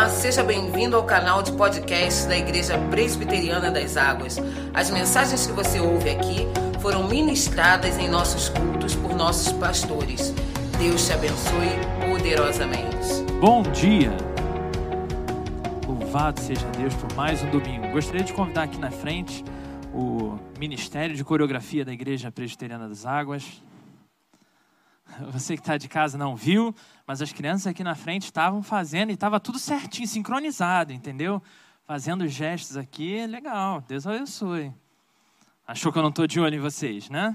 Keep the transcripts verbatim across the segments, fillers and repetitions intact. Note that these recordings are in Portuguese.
Olá, seja bem-vindo ao canal de podcast da Igreja Presbiteriana das Águas. As mensagens que você ouve aqui foram ministradas em nossos cultos por nossos pastores. Deus te abençoe poderosamente. Bom dia! Louvado seja Deus por mais um domingo. Gostaria de convidar aqui na frente o Ministério de Coreografia da Igreja Presbiteriana das Águas. Você que está de casa não viu, mas as crianças aqui na frente estavam fazendo e estava tudo certinho, sincronizado, entendeu? Fazendo gestos aqui, legal, Deus abençoe. Achou que eu não estou de olho em vocês, né?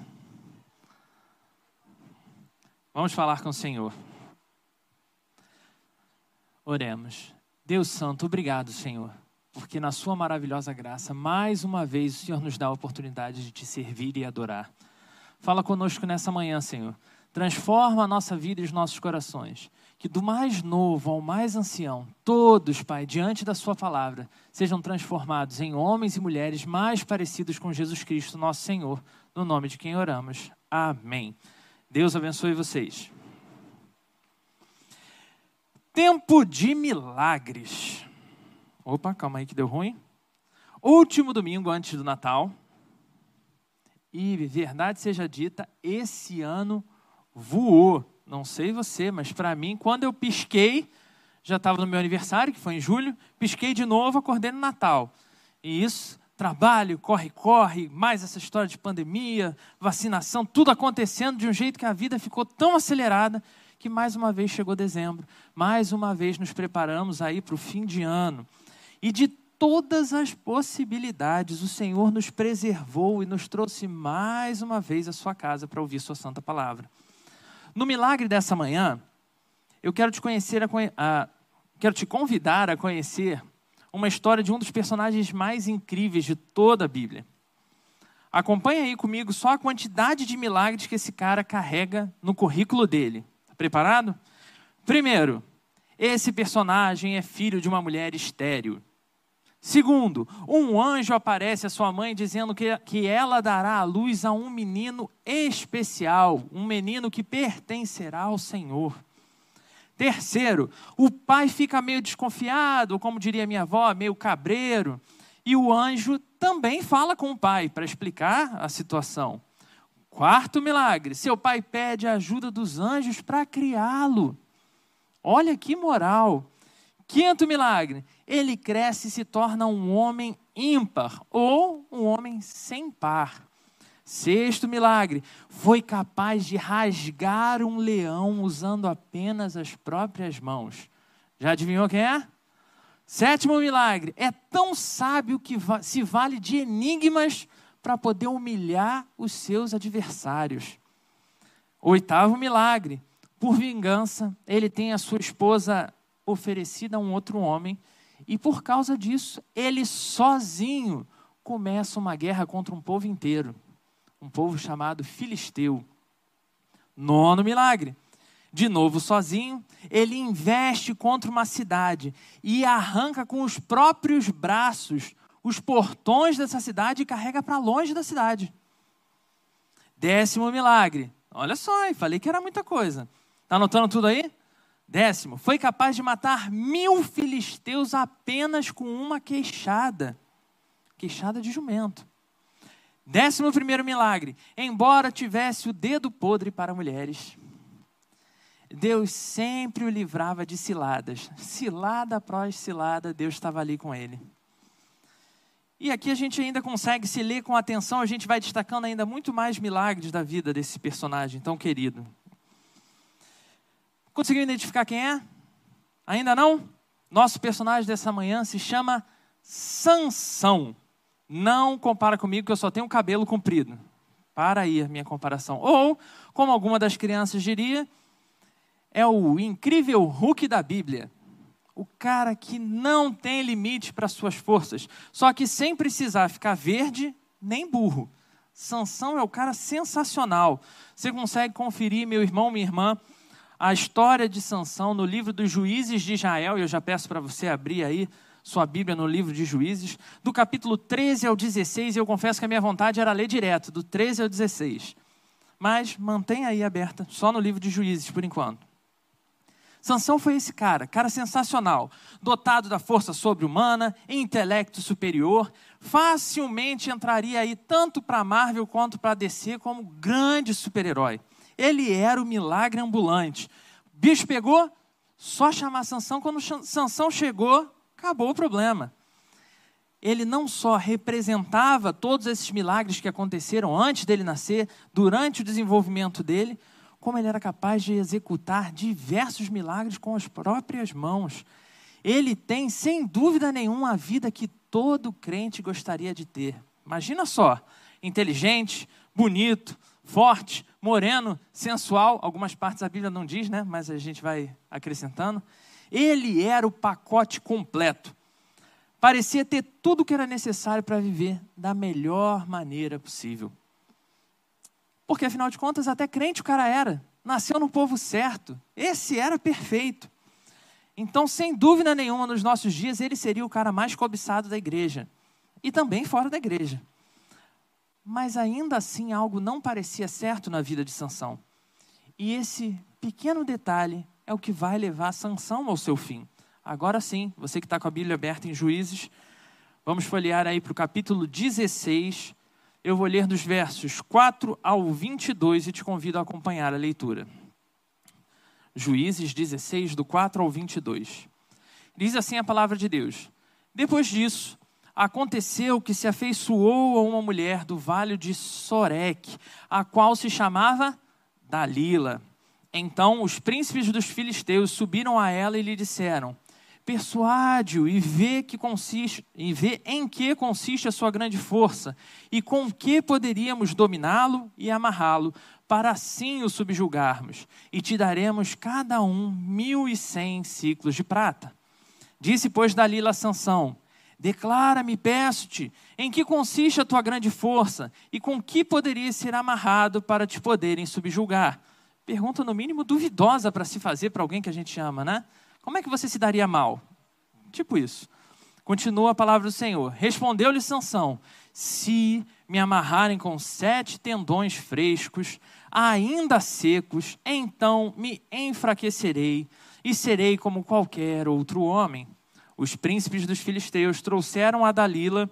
Vamos falar com o Senhor. Oremos. Deus Santo, obrigado, Senhor, porque na sua maravilhosa graça, mais uma vez o Senhor nos dá a oportunidade de te servir e adorar. Fala conosco nessa manhã, Senhor. Transforma a nossa vida e os nossos corações. Que do mais novo ao mais ancião, todos, Pai, diante da sua palavra, sejam transformados em homens e mulheres mais parecidos com Jesus Cristo, nosso Senhor, no nome de quem oramos. Amém. Deus abençoe vocês. Tempo de milagres. Opa, calma aí que deu ruim. Último domingo antes do Natal. E verdade seja dita, esse ano voou. Não sei você, mas para mim, quando eu pisquei, já estava no meu aniversário, que foi em julho, pisquei de novo, acordei no Natal. E isso, trabalho, corre, corre, mais essa história de pandemia, vacinação, tudo acontecendo de um jeito que a vida ficou tão acelerada que mais uma vez chegou dezembro. Mais uma vez nos preparamos aí para o fim de ano. E de todas as possibilidades, o Senhor nos preservou e nos trouxe mais uma vez à sua casa para ouvir sua santa palavra. No milagre dessa manhã, eu quero te conhecer, a, a, quero te convidar a conhecer uma história de um dos personagens mais incríveis de toda a Bíblia. Acompanhe aí comigo só a quantidade de milagres que esse cara carrega no currículo dele. Tá preparado? Primeiro, esse personagem é filho de uma mulher estéril. Segundo, um anjo aparece à sua mãe dizendo que, que ela dará à luz a um menino especial, um menino que pertencerá ao Senhor. Terceiro, o pai fica meio desconfiado, como diria minha avó, meio cabreiro, e o anjo também fala com o pai para explicar a situação. Quarto milagre, seu pai pede a ajuda dos anjos para criá-lo. Olha que moral. Quinto milagre, ele cresce e se torna um homem ímpar ou um homem sem par. Sexto milagre, foi capaz de rasgar um leão usando apenas as próprias mãos. Já adivinhou quem é? Sétimo milagre, é tão sábio que se vale de enigmas para poder humilhar os seus adversários. Oitavo milagre, por vingança, ele tem a sua esposa oferecida a um outro homem, e por causa disso, ele sozinho começa uma guerra contra um povo inteiro, um povo chamado Filisteu. Nono milagre, de novo sozinho, ele investe contra uma cidade e arranca com os próprios braços os portões dessa cidade e carrega para longe da cidade. Décimo milagre, olha só, eu falei que era muita coisa. Está anotando tudo aí? Décimo, foi capaz de matar mil filisteus apenas com uma queixada. Queixada de jumento. Décimo primeiro milagre, embora tivesse o dedo podre para mulheres, Deus sempre o livrava de ciladas. Cilada após cilada, Deus estava ali com ele. E aqui a gente ainda consegue, se ler com atenção, a gente vai destacando ainda muito mais milagres da vida desse personagem tão querido. Conseguiu identificar quem é? Ainda não? Nosso personagem dessa manhã se chama Sansão. Não compara comigo que eu só tenho cabelo comprido. Para aí a minha comparação. Ou, como alguma das crianças diria, é o incrível Hulk da Bíblia. O cara que não tem limite para suas forças. Só que sem precisar ficar verde nem burro. Sansão é o cara sensacional. Você consegue conferir, meu irmão, minha irmã, a história de Sansão no livro dos Juízes de Israel, e eu já peço para você abrir aí sua Bíblia no livro de Juízes, do capítulo treze ao dezesseis, e eu confesso que a minha vontade era ler direto, do treze ao dezesseis. Mas mantenha aí aberta, só no livro de Juízes por enquanto. Sansão foi esse cara, cara sensacional, dotado da força sobre-humana, intelecto superior, facilmente entraria aí tanto para a Marvel quanto para a D C como grande super-herói. Ele era o milagre ambulante. Bicho pegou, só chamar Sansão, quando Sansão chegou, acabou o problema. Ele não só representava todos esses milagres que aconteceram antes dele nascer, durante o desenvolvimento dele, como ele era capaz de executar diversos milagres com as próprias mãos. Ele tem, sem dúvida nenhuma, a vida que todo crente gostaria de ter. Imagina só, inteligente, bonito, forte, moreno, sensual. Algumas partes a Bíblia não diz, né? Mas a gente vai acrescentando. Ele era o pacote completo. Parecia ter tudo o que era necessário para viver da melhor maneira possível. Porque, afinal de contas, até crente o cara era. Nasceu no povo certo. Esse era perfeito. Então, sem dúvida nenhuma, nos nossos dias, ele seria o cara mais cobiçado da igreja. E também fora da igreja. Mas, ainda assim, algo não parecia certo na vida de Sansão. E esse pequeno detalhe é o que vai levar Sansão ao seu fim. Agora sim, você que está com a Bíblia aberta em Juízes, vamos folhear aí para o capítulo dezesseis. Eu vou ler dos versos quatro ao vinte e dois e te convido a acompanhar a leitura. Juízes dezesseis, do quatro ao vinte e dois. Diz assim a palavra de Deus. Depois disso, aconteceu que se afeiçoou a uma mulher do vale de Soreque, a qual se chamava Dalila. Então os príncipes dos filisteus subiram a ela e lhe disseram: persuade-o e vê, que consiste, e vê em que consiste a sua grande força, e com que poderíamos dominá-lo e amarrá-lo, para assim o subjugarmos, e te daremos cada um mil e cem ciclos de prata. Disse, pois, Dalila a Sansão: declara-me, peço-te, em que consiste a tua grande força, e com que poderia ser amarrado para te poderem subjugar. Pergunta, no mínimo, duvidosa para se fazer para alguém que a gente ama, né? Como é que você se daria mal? Tipo isso. Continua a palavra do Senhor. Respondeu-lhe Sansão: se me amarrarem com sete tendões frescos, ainda secos, então me enfraquecerei e serei como qualquer outro homem. Os príncipes dos filisteus trouxeram a Dalila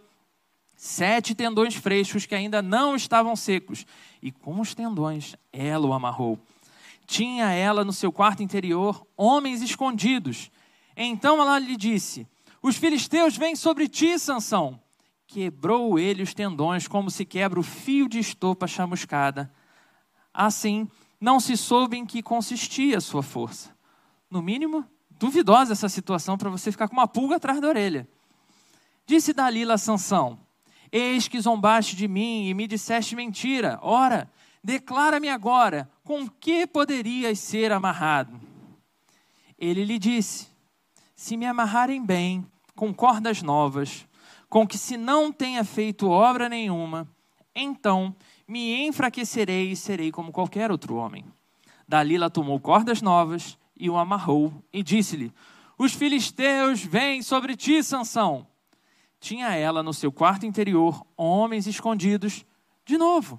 sete tendões frescos que ainda não estavam secos, e com os tendões ela o amarrou. Tinha ela no seu quarto interior homens escondidos. Então ela lhe disse: os filisteus vêm sobre ti, Sansão. Quebrou ele os tendões como se quebra o fio de estopa chamuscada. Assim, não se soube em que consistia a sua força. No mínimo, duvidosa essa situação para você ficar com uma pulga atrás da orelha. Disse Dalila a Sansão: eis que zombaste de mim e me disseste mentira. Ora, declara-me agora, com que poderias ser amarrado? Ele lhe disse: se me amarrarem bem, com cordas novas, com que se não tenha feito obra nenhuma, então me enfraquecerei e serei como qualquer outro homem. Dalila tomou cordas novas e o amarrou, e disse-lhe: os filisteus vêm sobre ti, Sansão. Tinha ela no seu quarto interior homens escondidos, de novo.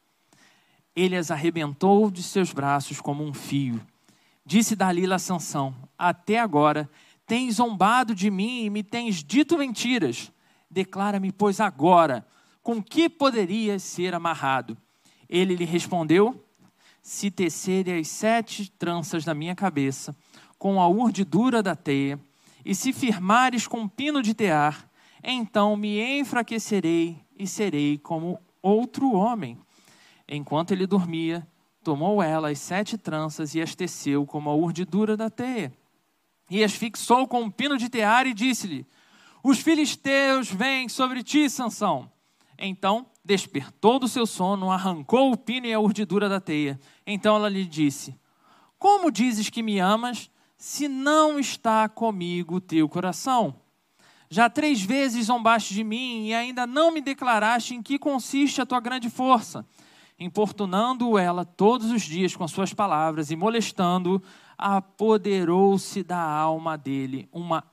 Ele as arrebentou de seus braços como um fio. Disse Dalila a Sansão: até agora tens zombado de mim e me tens dito mentiras. Declara-me, pois, agora, com que poderias ser amarrado? Ele lhe respondeu: se tecerem as sete tranças da minha cabeça, com a urdidura da teia, e se firmares com pino de tear, então me enfraquecerei e serei como outro homem. Enquanto ele dormia, tomou ela as sete tranças e as teceu como a urdidura da teia. E as fixou com um pino de tear e disse-lhe: os filisteus vêm sobre ti, Sansão. Então despertou do seu sono, arrancou o pino e a urdidura da teia. Então ela lhe disse: como dizes que me amas, se não está comigo o teu coração? Já três vezes zombaste de mim e ainda não me declaraste em que consiste a tua grande força. Importunando ela todos os dias com suas palavras e molestando-o, apoderou-se da alma dele uma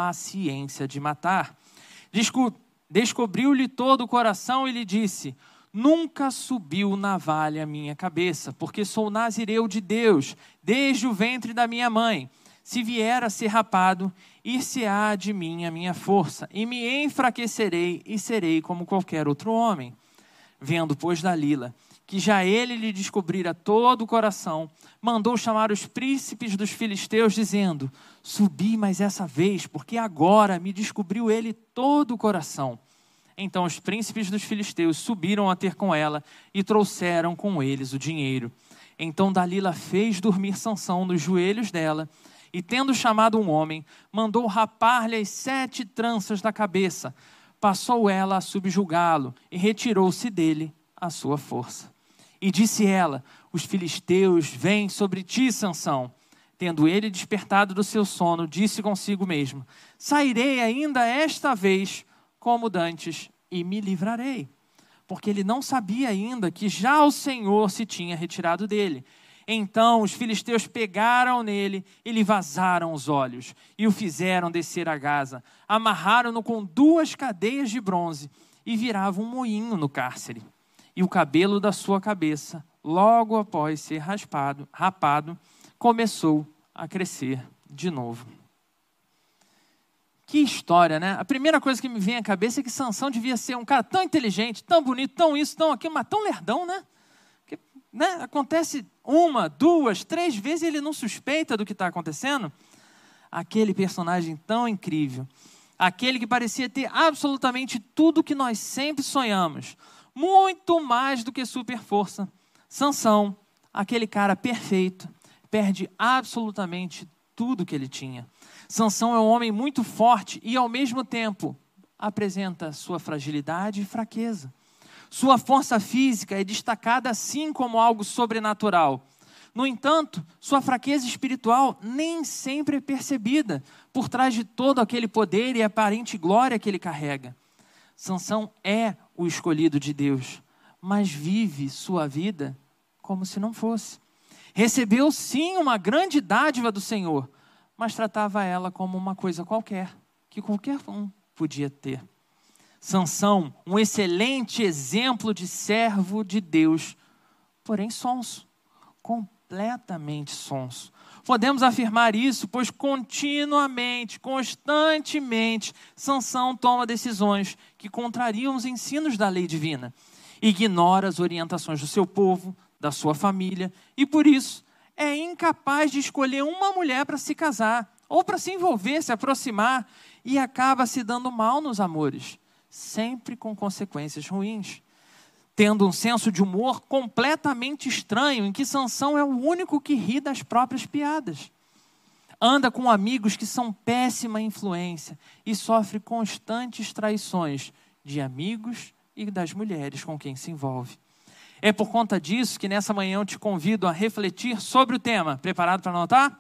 impaciência de matar. Desco- Descobriu-lhe todo o coração e lhe disse: nunca subiu navalha à minha cabeça, porque sou nazireu de Deus, desde o ventre da minha mãe. Se vier a ser rapado, ir-se-á de mim a minha força, e me enfraquecerei e serei como qualquer outro homem. Vendo, pois, Dalila, que já ele lhe descobrira todo o coração, mandou chamar os príncipes dos filisteus, dizendo: subi mais essa vez, porque agora me descobriu ele todo o coração. Então os príncipes dos filisteus subiram a ter com ela e trouxeram com eles o dinheiro. Então Dalila fez dormir Sansão nos joelhos dela e, tendo chamado um homem, mandou rapar-lhe as sete tranças da cabeça. Passou ela a subjugá-lo e retirou-se dele a sua força. E disse ela: os filisteus vêm sobre ti, Sansão. Tendo ele despertado do seu sono, disse consigo mesmo: sairei ainda esta vez como dantes, e me livrarei. Porque ele não sabia ainda que já o Senhor se tinha retirado dele. Então os filisteus pegaram nele e lhe vazaram os olhos, e o fizeram descer a Gaza. Amarraram-no com duas cadeias de bronze, e viravam um moinho no cárcere. E o cabelo da sua cabeça, logo após ser raspado, rapado, começou a crescer de novo. Que história, né? A primeira coisa que me vem à cabeça é que Sansão devia ser um cara tão inteligente, tão bonito, tão isso, tão aquilo, mas tão lerdão, né? Que, né? Acontece uma, duas, três vezes e ele não suspeita do que está acontecendo. Aquele personagem tão incrível, aquele que parecia ter absolutamente tudo que nós sempre sonhamos, muito mais do que super força. Sansão, aquele cara perfeito, perde absolutamente tudo que ele tinha. Sansão é um homem muito forte e, ao mesmo tempo, apresenta sua fragilidade e fraqueza. Sua força física é destacada assim como algo sobrenatural. No entanto, sua fraqueza espiritual nem sempre é percebida por trás de todo aquele poder e aparente glória que ele carrega. Sansão é o escolhido de Deus, mas vive sua vida como se não fosse. Recebeu sim uma grande dádiva do Senhor, mas tratava ela como uma coisa qualquer, que qualquer um podia ter. Sansão, um excelente exemplo de servo de Deus, porém sonso, completamente sonso. Podemos afirmar isso, pois continuamente, constantemente, Sansão toma decisões que contrariam os ensinos da lei divina. Ignora as orientações do seu povo, da sua família, e por isso é incapaz de escolher uma mulher para se casar, ou para se envolver, se aproximar, e acaba se dando mal nos amores, sempre com consequências ruins. Tendo um senso de humor completamente estranho, em que Sansão é o único que ri das próprias piadas. Anda com amigos que são péssima influência e sofre constantes traições de amigos e das mulheres com quem se envolve. É por conta disso que nessa manhã eu te convido a refletir sobre o tema. Preparado para anotar?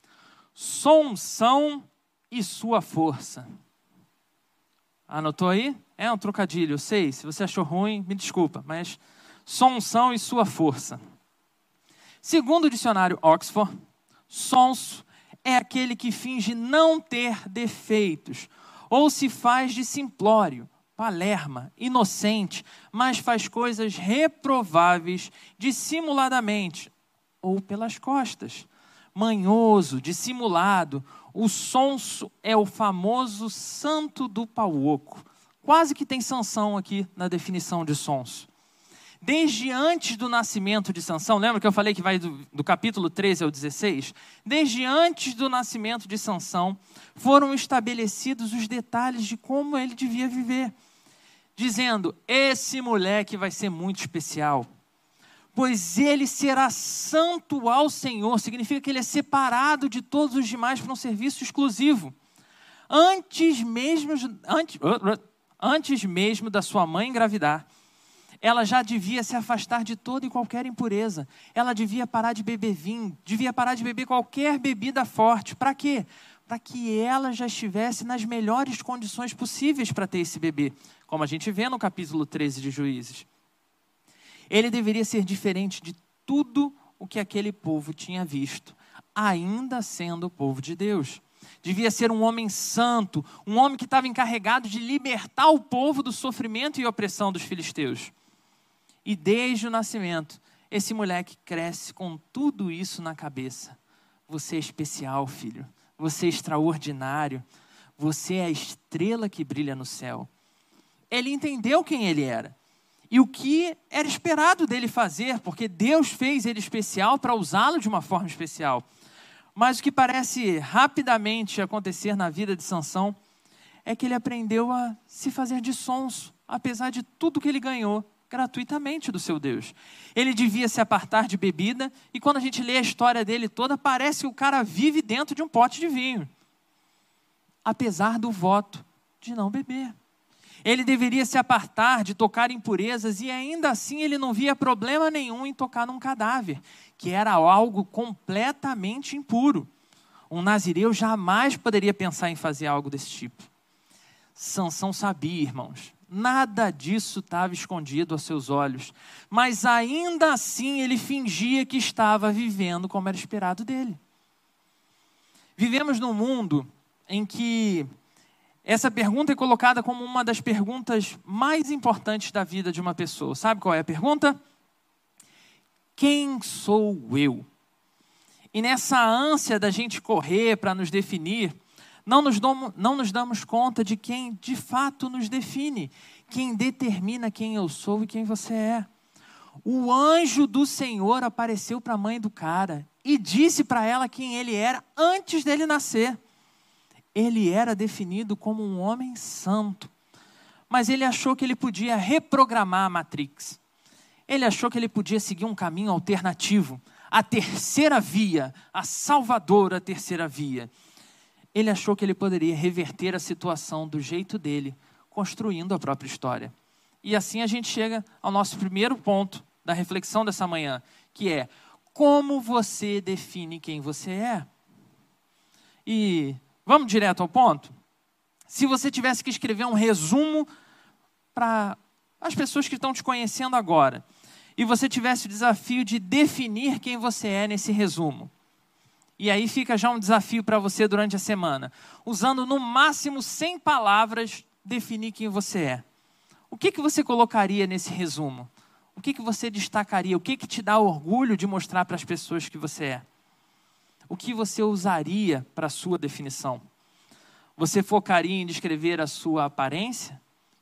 Sansão e sua força. Anotou aí? É um trocadilho, eu sei. Se você achou ruim, me desculpa. Mas Sansão e sua força. Segundo o dicionário Oxford, sonso é aquele que finge não ter defeitos ou se faz de simplório, palerma, inocente, mas faz coisas reprováveis dissimuladamente ou pelas costas. Manhoso, dissimulado, o sonso é o famoso santo do pau oco. Quase que tem Sansão aqui na definição de sonso. Desde antes do nascimento de Sansão, lembra que eu falei que vai do, do capítulo treze ao dezesseis? Desde antes do nascimento de Sansão, foram estabelecidos os detalhes de como ele devia viver. Dizendo, esse moleque vai ser muito especial, pois ele será santo ao Senhor. Significa que ele é separado de todos os demais para um serviço exclusivo. Antes mesmo, antes, antes mesmo da sua mãe engravidar, ela já devia se afastar de toda e qualquer impureza. Ela devia parar de beber vinho, devia parar de beber qualquer bebida forte. Para quê? Para que ela já estivesse nas melhores condições possíveis para ter esse bebê, como a gente vê no capítulo treze de Juízes. Ele deveria ser diferente de tudo o que aquele povo tinha visto, ainda sendo o povo de Deus. Devia ser um homem santo, um homem que estava encarregado de libertar o povo do sofrimento e opressão dos filisteus. E desde o nascimento, esse moleque cresce com tudo isso na cabeça. Você é especial, filho. Você é extraordinário. Você é a estrela que brilha no céu. Ele entendeu quem ele era e o que era esperado dele fazer, porque Deus fez ele especial para usá-lo de uma forma especial. Mas o que parece rapidamente acontecer na vida de Sansão é que ele aprendeu a se fazer de sonso, apesar de tudo que ele ganhou gratuitamente do seu Deus. Ele devia se apartar de bebida, e quando a gente lê a história dele toda, parece que o cara vive dentro de um pote de vinho, apesar do voto de não beber. Ele deveria se apartar de tocar impurezas, e ainda assim ele não via problema nenhum em tocar num cadáver, que era algo completamente impuro. Um nazireu jamais poderia pensar em fazer algo desse tipo. Sansão sabia, irmãos, nada disso estava escondido aos seus olhos, mas ainda assim ele fingia que estava vivendo como era esperado dele. Vivemos num mundo em que essa pergunta é colocada como uma das perguntas mais importantes da vida de uma pessoa. Sabe qual é a pergunta? Quem sou eu? E nessa ânsia da gente correr para nos definir, não nos, damos, não nos damos conta de quem de fato nos define, quem determina quem eu sou e quem você é. O anjo do Senhor apareceu para a mãe do cara e disse para ela quem ele era antes dele nascer. Ele era definido como um homem santo, mas ele achou que ele podia reprogramar a Matrix. Ele achou que ele podia seguir um caminho alternativo, a terceira via, a salvadora terceira via. Ele achou que ele poderia reverter a situação do jeito dele, construindo a própria história. E assim a gente chega ao nosso primeiro ponto da reflexão dessa manhã, que é: como você define quem você é? E vamos direto ao ponto? Se você tivesse que escrever um resumo para as pessoas que estão te conhecendo agora, e você tivesse o desafio de definir quem você é nesse resumo, e aí fica já um desafio para você durante a semana, usando no máximo cem palavras, definir quem você é. O que, que você colocaria nesse resumo? O que, que você destacaria? O que, que te dá orgulho de mostrar para as pessoas que você é? O que você usaria para a sua definição? Você focaria em descrever a sua aparência?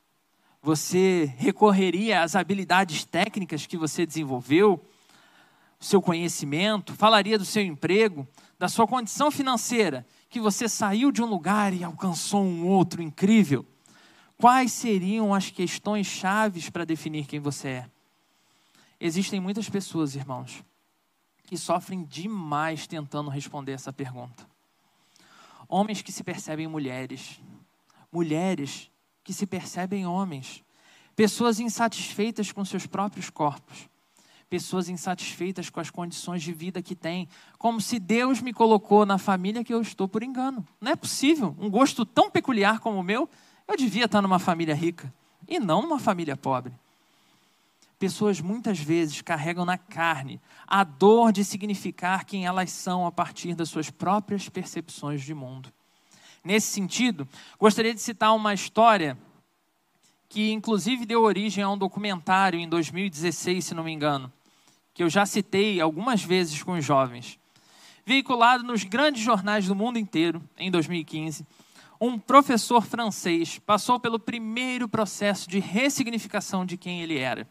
Você recorreria às habilidades técnicas que você desenvolveu? O seu conhecimento? Falaria do seu emprego? Da sua condição financeira? Que você saiu de um lugar e alcançou um outro incrível? Quais seriam as questões chaves para definir quem você é? Existem muitas pessoas, irmãos, que sofrem demais tentando responder essa pergunta. Homens que se percebem mulheres, mulheres que se percebem homens, pessoas insatisfeitas com seus próprios corpos, pessoas insatisfeitas com as condições de vida que têm, como se Deus me colocou na família que eu estou por engano. Não é possível, um gosto tão peculiar como o meu, eu devia estar numa família rica e não numa família pobre. Pessoas muitas vezes carregam na carne a dor de significar quem elas são a partir das suas próprias percepções de mundo. Nesse sentido, gostaria de citar uma história que inclusive deu origem a um documentário em dois mil e dezesseis, se não me engano, que eu já citei algumas vezes com os jovens. Veiculado nos grandes jornais do mundo inteiro, em dois mil e quinze, um professor francês passou pelo primeiro processo de ressignificação de quem ele era.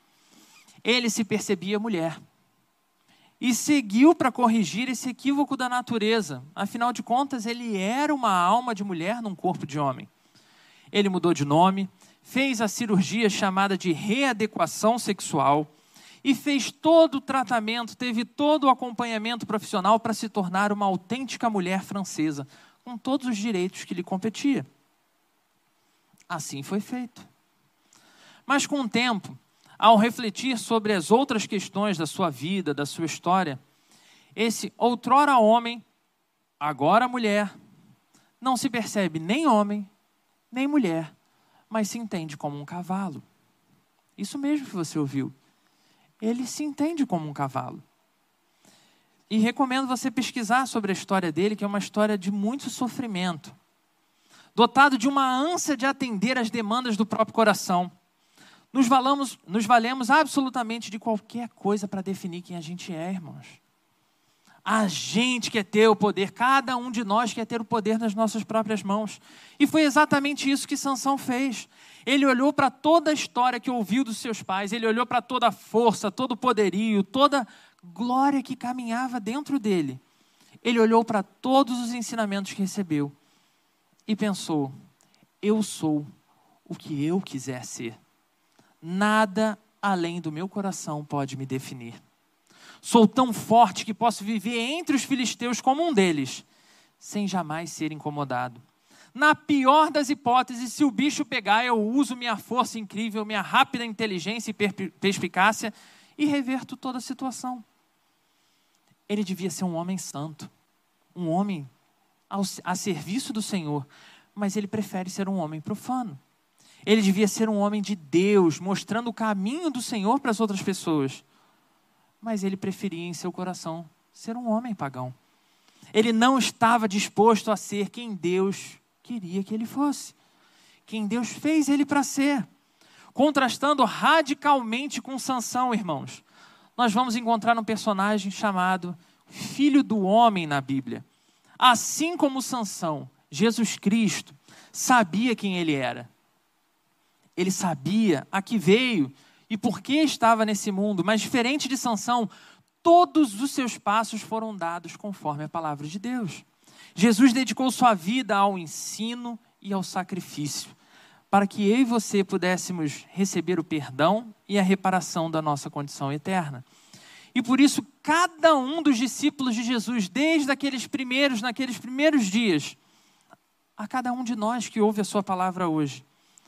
Ele se percebia mulher e seguiu para corrigir esse equívoco da natureza. Afinal de contas, ele era uma alma de mulher num corpo de homem. Ele mudou de nome, fez a cirurgia chamada de readequação sexual e fez todo o tratamento, teve todo o acompanhamento profissional para se tornar uma autêntica mulher francesa, com todos os direitos que lhe competia. Assim foi feito. Mas com o tempo, ao refletir sobre as outras questões da sua vida, da sua história, esse outrora homem, agora mulher, não se percebe nem homem, nem mulher, mas se entende como um cavalo. Isso mesmo que você ouviu. Ele se entende como um cavalo. E recomendo você pesquisar sobre a história dele, que é uma história de muito sofrimento. Dotado de uma ânsia de atender às demandas do próprio coração. Nos valamos, nos valemos absolutamente de qualquer coisa para definir quem a gente é, irmãos. A gente quer ter o poder, cada um de nós quer ter o poder nas nossas próprias mãos. E foi exatamente isso que Sansão fez. Ele olhou para toda a história que ouviu dos seus pais, ele olhou para toda a força, todo o poderio, toda a glória que caminhava dentro dele. Ele olhou para todos os ensinamentos que recebeu e pensou: eu sou o que eu quiser ser. Nada além do meu coração pode me definir. Sou tão forte que posso viver entre os filisteus como um deles, sem jamais ser incomodado. Na pior das hipóteses, se o bicho pegar, eu uso minha força incrível, minha rápida inteligência e perspicácia e reverto toda a situação. Ele devia ser um homem santo, um homem ao, a serviço do Senhor, mas ele prefere ser um homem profano. Ele devia ser um homem de Deus, mostrando o caminho do Senhor para as outras pessoas. Mas ele preferia em seu coração ser um homem pagão. Ele não estava disposto a ser quem Deus queria que ele fosse. Quem Deus fez ele para ser. Contrastando radicalmente com Sansão, irmãos, nós vamos encontrar um personagem chamado Filho do Homem na Bíblia. Assim como Sansão, Jesus Cristo sabia quem ele era. Ele sabia a que veio e por que estava nesse mundo, mas diferente de Sansão, todos os seus passos foram dados conforme a palavra de Deus. Jesus dedicou sua vida ao ensino e ao sacrifício, para que eu e você pudéssemos receber o perdão e a reparação da nossa condição eterna. E por isso, cada um dos discípulos de Jesus, desde aqueles primeiros, naqueles primeiros dias, a cada um de nós que ouve a sua palavra hoje,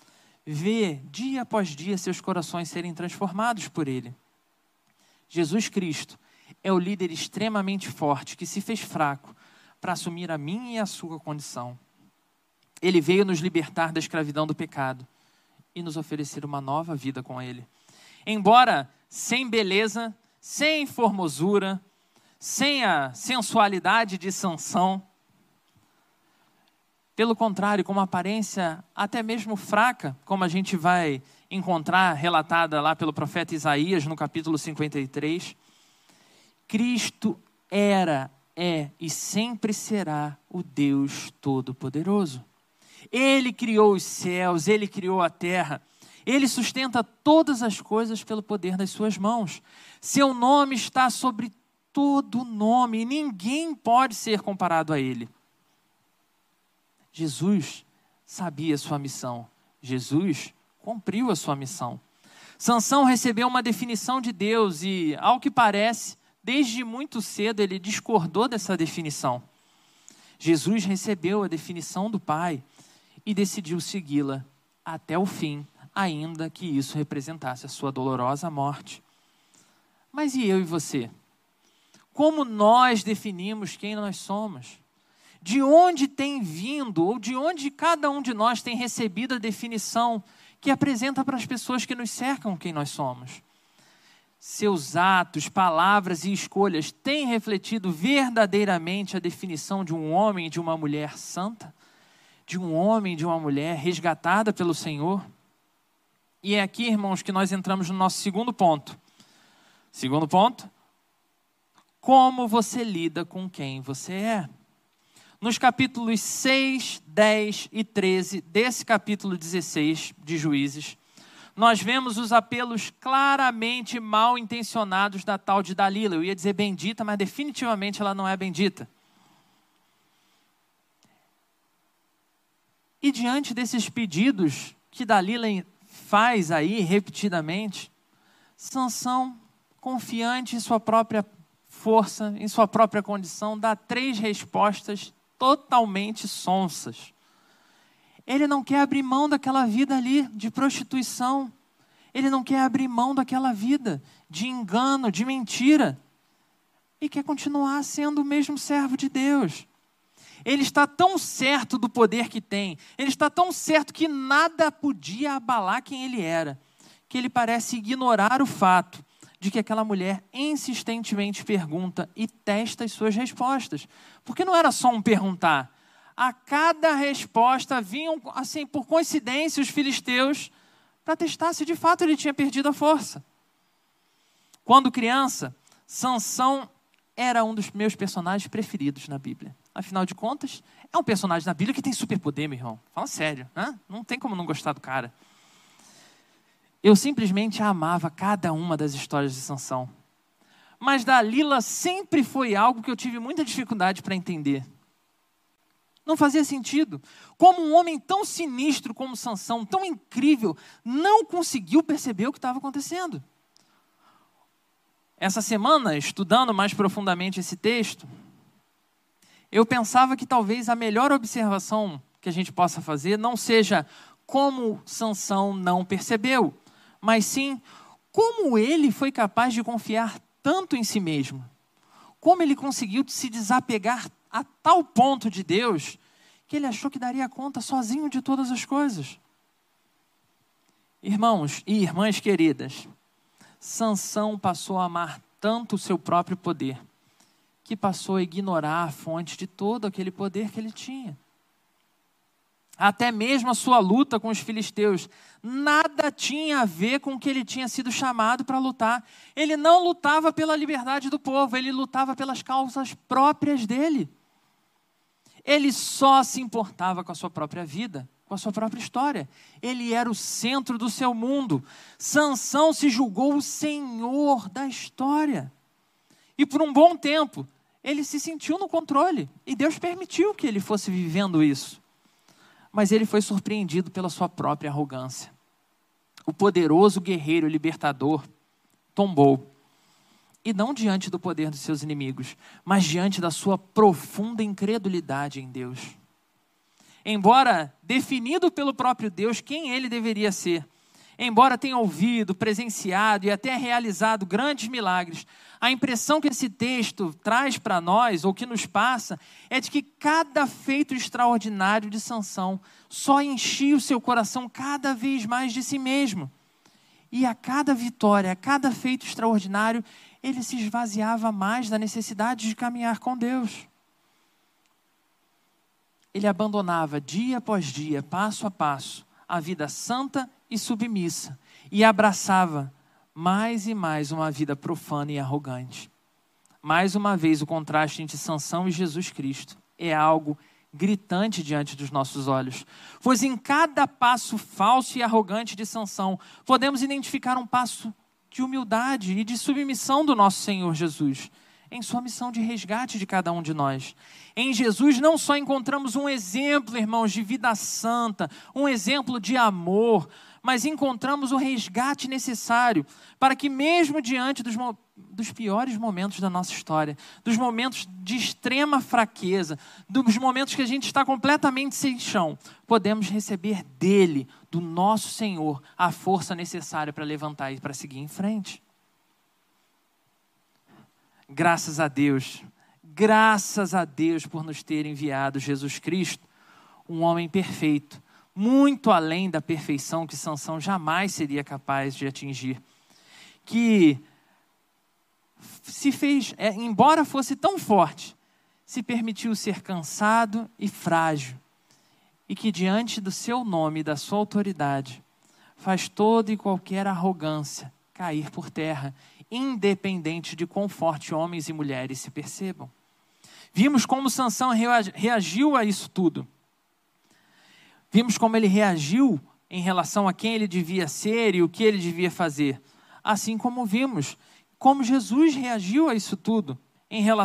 vê dia após dia seus corações serem transformados por Ele. Jesus Cristo é o líder extremamente forte que se fez fraco para assumir a minha e a sua condição. Ele veio nos libertar da escravidão do pecado e nos oferecer uma nova vida com Ele. Embora sem beleza, sem formosura, sem a sensualidade de Sansão, pelo contrário, com uma aparência até mesmo fraca, como a gente vai encontrar relatada lá pelo profeta Isaías no capítulo cinquenta e três, Cristo era, é e sempre será o Deus Todo-Poderoso. Ele criou os céus, Ele criou a terra, Ele sustenta todas as coisas pelo poder das suas mãos. Seu nome está sobre todo nome e ninguém pode ser comparado a Ele. Jesus sabia a sua missão. Jesus cumpriu a sua missão. Sansão recebeu uma definição de Deus e, ao que parece, desde muito cedo ele discordou dessa definição. Jesus recebeu a definição do Pai e decidiu segui-la até o fim, ainda que isso representasse a sua dolorosa morte. Mas e eu e você? Como nós definimos quem nós somos? De onde tem vindo, ou de onde cada um de nós tem recebido a definição que apresenta para as pessoas que nos cercam quem nós somos? Seus atos, palavras e escolhas têm refletido verdadeiramente a definição de um homem e de uma mulher santa? De um homem e de uma mulher resgatada pelo Senhor? E é aqui, irmãos, que nós entramos no nosso segundo ponto. Segundo ponto, como você lida com quem você é? Nos capítulos seis, dez e treze desse capítulo dezesseis de Juízes, nós vemos os apelos claramente mal intencionados da tal de Dalila. Eu ia dizer bendita, mas definitivamente ela não é bendita. E diante desses pedidos que Dalila faz aí repetidamente, Sansão, confiante em sua própria força, em sua própria condição, dá três respostas totalmente sonsas. Ele não quer abrir mão daquela vida ali de prostituição. Ele não quer abrir mão daquela vida de engano, de mentira. E quer continuar sendo o mesmo servo de Deus. Ele está tão certo do poder que tem. Ele está tão certo que nada podia abalar quem ele era. Que ele parece ignorar o fato de que aquela mulher insistentemente pergunta e testa as suas respostas. Porque não era só um perguntar. A cada resposta vinham, assim, por coincidência, os filisteus para testar se de fato ele tinha perdido a força. Quando criança, Sansão era um dos meus personagens preferidos na Bíblia. Afinal de contas, é um personagem na Bíblia que tem superpoder, meu irmão. Fala sério, né? Não tem como não gostar do cara. Eu simplesmente amava cada uma das histórias de Sansão. Mas Dalila sempre foi algo que eu tive muita dificuldade para entender. Não fazia sentido. Como um homem tão sinistro como Sansão, tão incrível, não conseguiu perceber o que estava acontecendo. Essa semana, estudando mais profundamente esse texto, eu pensava que talvez a melhor observação que a gente possa fazer não seja como Sansão não percebeu, mas sim como ele foi capaz de confiar tanto em si mesmo. Como ele conseguiu se desapegar a tal ponto de Deus que ele achou que daria conta sozinho de todas as coisas. Irmãos e irmãs queridas, Sansão passou a amar tanto o seu próprio poder, que passou a ignorar a fonte de todo aquele poder que ele tinha. Até mesmo a sua luta com os filisteus, nada tinha a ver com o que ele tinha sido chamado para lutar. Ele não lutava pela liberdade do povo, ele lutava pelas causas próprias dele. Ele só se importava com a sua própria vida, com a sua própria história. Ele era o centro do seu mundo. Sansão se julgou o senhor da história. E por um bom tempo, ele se sentiu no controle. E Deus permitiu que ele fosse vivendo isso. Mas ele foi surpreendido pela sua própria arrogância. O poderoso guerreiro libertador tombou. E não diante do poder dos seus inimigos, mas diante da sua profunda incredulidade em Deus. Embora definido pelo próprio Deus quem ele deveria ser, embora tenha ouvido, presenciado e até realizado grandes milagres, a impressão que esse texto traz para nós, ou que nos passa, é de que cada feito extraordinário de Sansão só enchia o seu coração cada vez mais de si mesmo. E a cada vitória, a cada feito extraordinário, ele se esvaziava mais da necessidade de caminhar com Deus. Ele abandonava dia após dia, passo a passo, a vida santa e submissa, e abraçava mais e mais uma vida profana e arrogante. Mais uma vez, o contraste entre Sansão e Jesus Cristo é algo gritante diante dos nossos olhos. Pois em cada passo falso e arrogante de Sansão, podemos identificar um passo de humildade e de submissão do nosso Senhor Jesus, em sua missão de resgate de cada um de nós. Em Jesus não só encontramos um exemplo, irmãos, de vida santa, um exemplo de amor, mas encontramos o resgate necessário para que mesmo diante dos, dos piores momentos da nossa história, dos momentos de extrema fraqueza, dos momentos que a gente está completamente sem chão, podemos receber dele, do nosso Senhor, a força necessária para levantar e para seguir em frente. Graças a Deus, graças a Deus por nos ter enviado Jesus Cristo, um homem perfeito, muito além da perfeição que Sansão jamais seria capaz de atingir, que se fez, é, embora fosse tão forte, se permitiu ser cansado e frágil, e que diante do seu nome e da sua autoridade, faz toda e qualquer arrogância cair por terra, independente de quão forte homens e mulheres se percebam. Vimos como Sansão reagiu a isso tudo. Vimos como ele reagiu em relação a quem ele devia ser e o que ele devia fazer. Assim como vimos como Jesus reagiu a isso tudo em relação